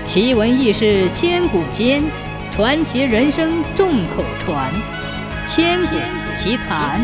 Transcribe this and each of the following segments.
奇闻异事千古间，传奇人生众口传。千古奇谈。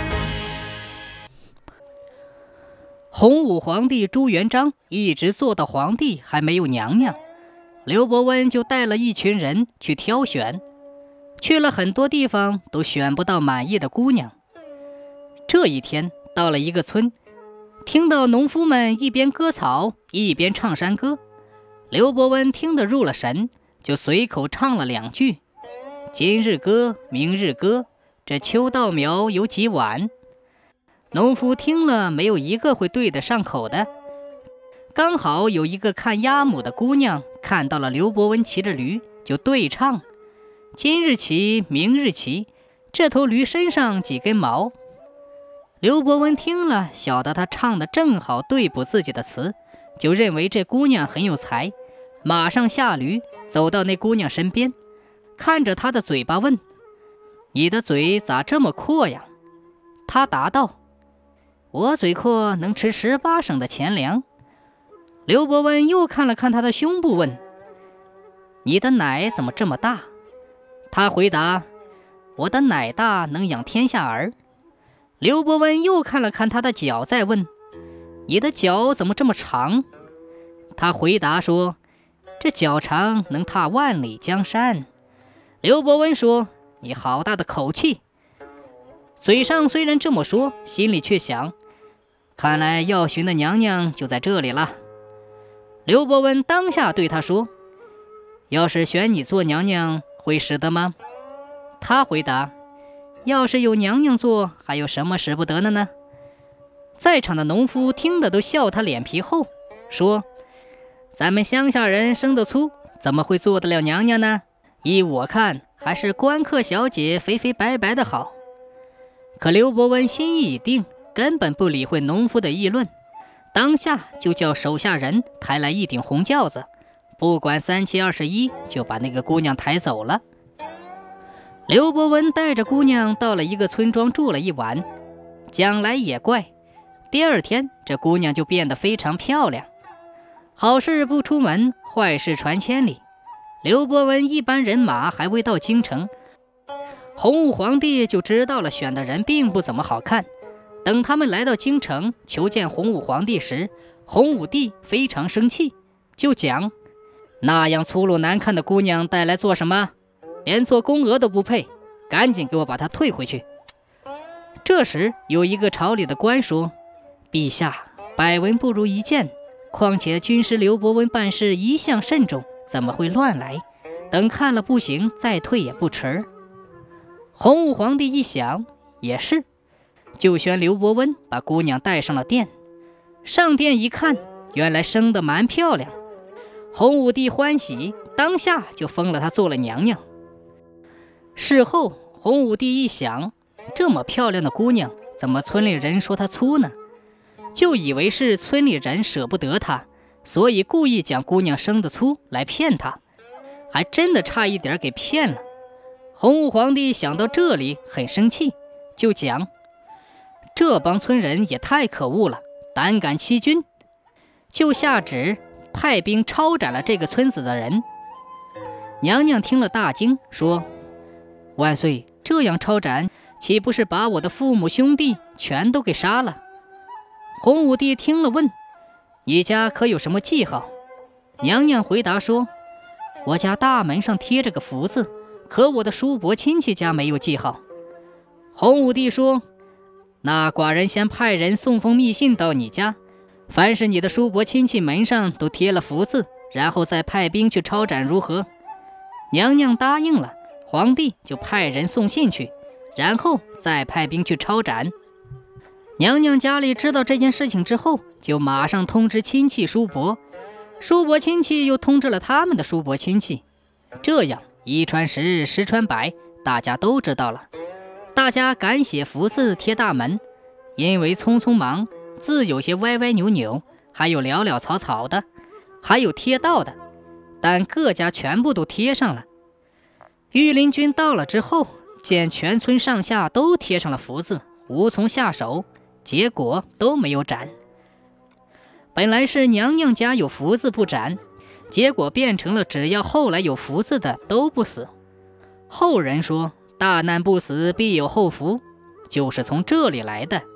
洪武皇帝朱元璋一直做到皇帝还没有娘娘，刘伯温就带了一群人去挑选，去了很多地方都选不到满意的姑娘。这一天到了一个村，听到农夫们一边割草一边唱山歌，刘伯温听得入了神，就随口唱了2句：今日歌明日歌，这秋稻苗有几晚。农夫听了没有一个会对得上口的。刚好有一个看鸭母的姑娘看到了刘伯温骑着驴，就对唱：今日骑明日骑，这头驴身上几根毛。刘伯温听了，晓得他唱的正好对补自己的词，就认为这姑娘很有才，马上下驴走到那姑娘身边，看着她的嘴巴问：你的嘴咋这么阔呀？她答道：我嘴阔能吃18省的钱粮。刘伯温又看了看她的胸部问：你的奶怎么这么大？她回答：我的奶大能养天下儿。刘伯温又看了看她的脚再问：你的脚怎么这么长？她回答说：这脚长能踏万里江山。刘伯温说：你好大的口气！嘴上虽然这么说，心里却想：看来要寻的娘娘就在这里了。刘伯温当下对她说：要是选你做娘娘，会使得吗？她回答：要是有娘娘做，还有什么使不得的呢？在场的农夫听得都笑他脸皮厚，说：咱们乡下人生得粗，怎么会做得了娘娘呢？依我看，还是官客小姐肥肥白白的好。可刘伯温心意已定，根本不理会农夫的议论，当下就叫手下人抬来一顶红轿子，不管3七21，就把那个姑娘抬走了。刘伯温带着姑娘到了一个村庄住了一晚。讲来也怪，第二天这姑娘就变得非常漂亮。好事不出门，坏事传千里。刘伯温一班人马还未到京城，洪武皇帝就知道了选的人并不怎么好看。等他们来到京城求见洪武皇帝时，洪武帝非常生气，就讲：那样粗鲁难看的姑娘带来做什么？连做宫娥都不配，赶紧给我把她退回去。这时有一个朝里的官说：陛下，百闻不如一见，况且军师刘伯温办事一向慎重，怎么会乱来？等看了不行，再退也不迟。洪武皇帝一想，也是，就宣刘伯温把姑娘带上了殿。上殿一看，原来生得蛮漂亮。洪武帝欢喜，当下就封了她做了娘娘。事后洪武帝一想，这么漂亮的姑娘，怎么村里人说她粗呢？就以为是村里人舍不得她，所以故意讲姑娘生得粗来骗她，还真的差一点给骗了。洪武皇帝想到这里很生气，就讲：这帮村人也太可恶了，胆敢欺君，就下旨派兵抄斩了这个村子的人。娘娘听了大惊，说：万岁，这样抄斩，岂不是把我的父母兄弟全都给杀了？洪武帝听了问：你家可有什么记号？娘娘回答说：我家大门上贴着个福字，可我的叔伯亲戚家没有记号。洪武帝说：那寡人先派人送封密信到你家，凡是你的叔伯亲戚门上都贴了福字，然后再派兵去抄斩，如何？娘娘答应了，皇帝就派人送信去，然后再派兵去抄斩。娘娘家里知道这件事情之后，就马上通知亲戚叔伯，叔伯亲戚又通知了他们的叔伯亲戚，这样1传10，10传100，大家都知道了。大家敢写福字贴大门，因为匆匆忙，字有些歪歪扭扭，还有潦潦草草的，还有贴到的，但各家全部都贴上了。御林军到了之后，见全村上下都贴上了福字，无从下手，结果都没有斩。本来是娘娘家有福字不斩， 结果变成了只要后来有福字的都不死。后人说大难不死必有后福，就是从这里来的。